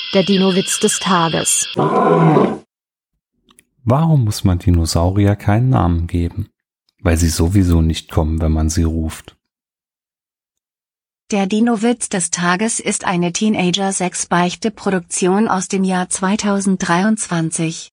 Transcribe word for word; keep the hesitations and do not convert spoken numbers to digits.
Der Dino-Witz des Tages. Warum muss man Dinosaurier keinen Namen geben? Weil sie sowieso nicht kommen, wenn man sie ruft. Der Dino-Witz des Tages ist eine Teenager sechs Beichte-Produktion aus dem Jahr zweitausenddreiundzwanzig.